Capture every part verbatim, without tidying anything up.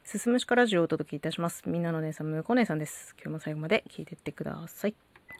すすむしかラジオをお届けいたします。みんなの姉さん、むこ姉さんです。今日も最後まで聞いてってください。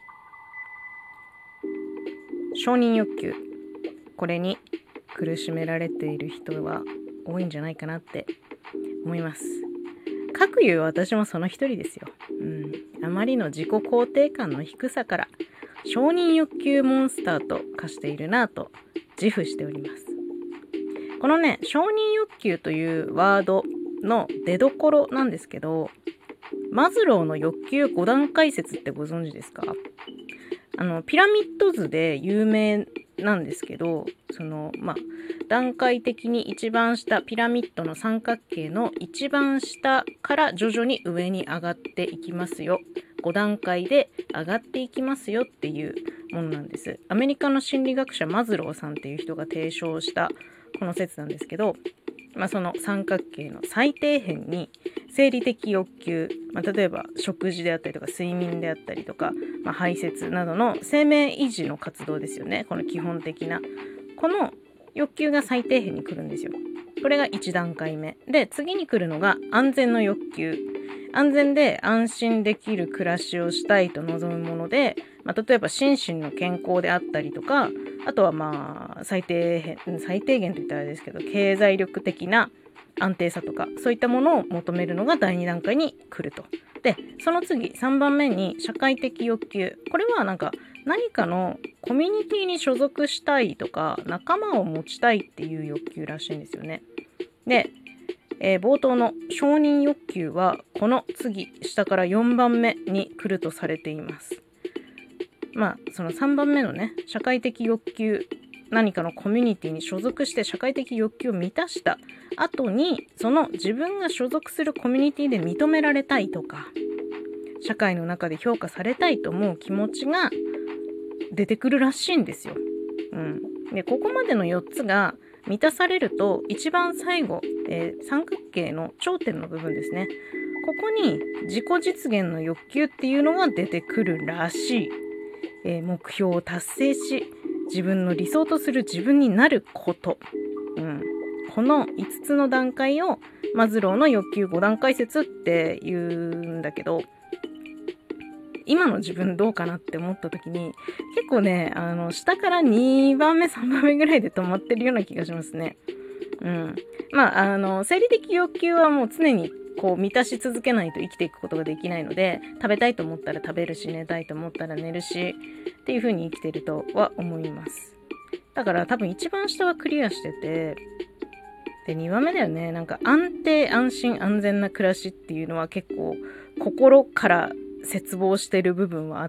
承認欲求。これに苦しめられている人は多いんじゃないかなって思います。かくいう私もその一人ですよ。うん。あまりの自己肯定感の低さから承認欲求モンスターと化しているなぁと自負しております。このね、承認欲求というワードの出どころなんですけど、マズローの欲求ご段階説ってご存知ですか？あのピラミッド図で有名なんですけど、そのまあ段階的に一番下、ピラミッドの三角形の一番下から徐々に上に上がっていきますよ。ご段階で上がっていきますよっていうものなんです。アメリカの心理学者マズローさんっていう人が提唱したこの説なんですけど、まあ、その三角形の最底辺に生理的欲求、まあ、例えば食事であったりとか睡眠であったりとか、まあ、排泄などの生命維持の活動ですよね。この基本的なこの欲求が最底辺に来るんですよ。これがいち段階目で、次に来るのが安全の欲求。安全で安心できる暮らしをしたいと望むもので、まあ、例えば心身の健康であったりとか、あとはまあ最低限、最低限といったらあれですけど、経済力的な安定さとか、そういったものを求めるのがだいに段階に来ると。で、その次さんばんめに社会的欲求。これはなんか何かのコミュニティに所属したいとか、仲間を持ちたいっていう欲求らしいんですよね。で、えー、冒頭の承認欲求はこの次下からよんばんめに来るとされています。まあそのさんばんめのね、社会的欲求、何かのコミュニティに所属して社会的欲求を満たした後に、その自分が所属するコミュニティで認められたいとか、社会の中で評価されたいと思う気持ちが出てくるらしいんですよ。うん。で、ここまでのよっつが満たされると、一番最後、えー、三角形の頂点の部分ですね。ここに自己実現の欲求っていうのが出てくるらしい。えー、目標を達成し、自分の理想とする自分になること。うん。このいつつの段階をマズローの欲求ご段階説って言うんだけど、今の自分どうかなって思った時に、結構ね、あの下からにばんめさんばんめぐらいで止まってるような気がしますね。うん。まああの生理的欲求はもう常にこう満たし続けないと生きていくことができないので、食べたいと思ったら食べるし、寝たいと思ったら寝るしっていう風に生きてるとは思います。だから多分一番下はクリアしてて、でにばんめだよね。なんか安定安心安全な暮らしっていうのは結構心から切望してる部分はあって、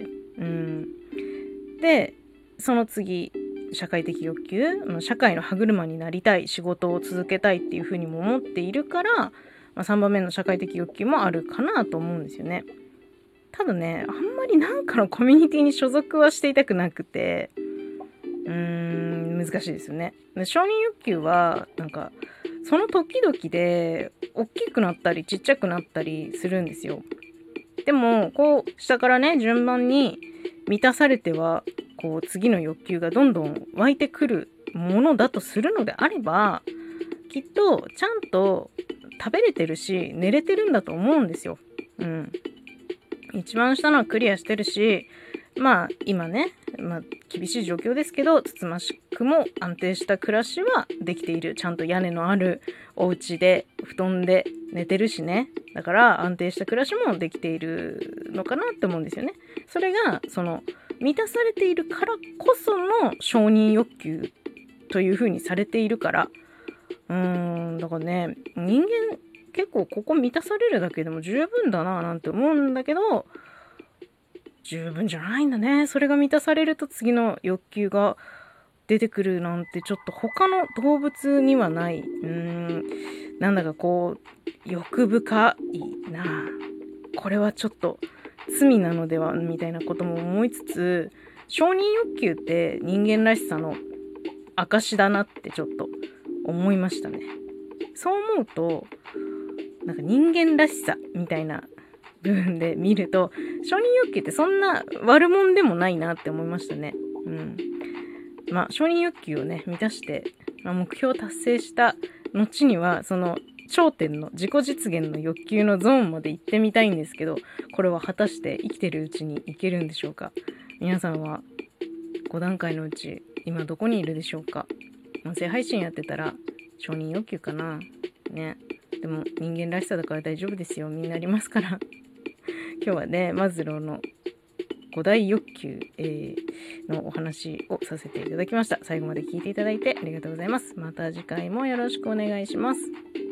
うん。で、その次、社会的欲求、社会の歯車になりたい、仕事を続けたいっていうふうにも思っているから、まあ、さんばんめの社会的欲求もあるかなと思うんですよね。ただね、あんまりなんかのコミュニティに所属はしていたくなくて、うーん、難しいですよね。承認欲求は、なんか、その時々で、大きくなったりちっちゃくなったりするんですよ。でもこう下からね、順番に満たされてはこう次の欲求がどんどん湧いてくるものだとするのであれば、きっとちゃんと食べれてるし寝れてるんだと思うんですよ。うん。一番下のはクリアしてるし、まあ今ね、まあ厳しい状況ですけど、つつましくも安定した暮らしはできている。ちゃんと屋根のあるお家で布団で寝てるしね。だから安定した暮らしもできているのかなって思うんですよね。それがその満たされているからこその承認欲求という風にされているから、うーんだからね、人間結構ここ満たされるだけでも十分だななんて思うんだけど、十分じゃないんだね。それが満たされると次の欲求が出てくるなんて、ちょっと他の動物にはない。うーんなんだかこう欲深いな。これはちょっと罪なのではみたいなことも思いつつ、承認欲求って人間らしさの証だなってちょっと思いましたね。そう思うと、なんか人間らしさみたいな部分で見ると、承認欲求ってそんな悪者でもないなって思いましたね。うん。まあ承認欲求をね満たして、まあ、目標を達成した後には、その頂点の自己実現の欲求のゾーンまで行ってみたいんですけど、これは果たして生きてるうちに行けるんでしょうか。皆さんはご段階のうち今どこにいるでしょうか。音声配信やってたら承認欲求かなね。でも人間らしさだから大丈夫ですよ。みんなありますから今日はね、マズローのご大欲求、えー、のお話をさせていただきました。最後まで聞いていただいてありがとうございます。また次回もよろしくお願いします。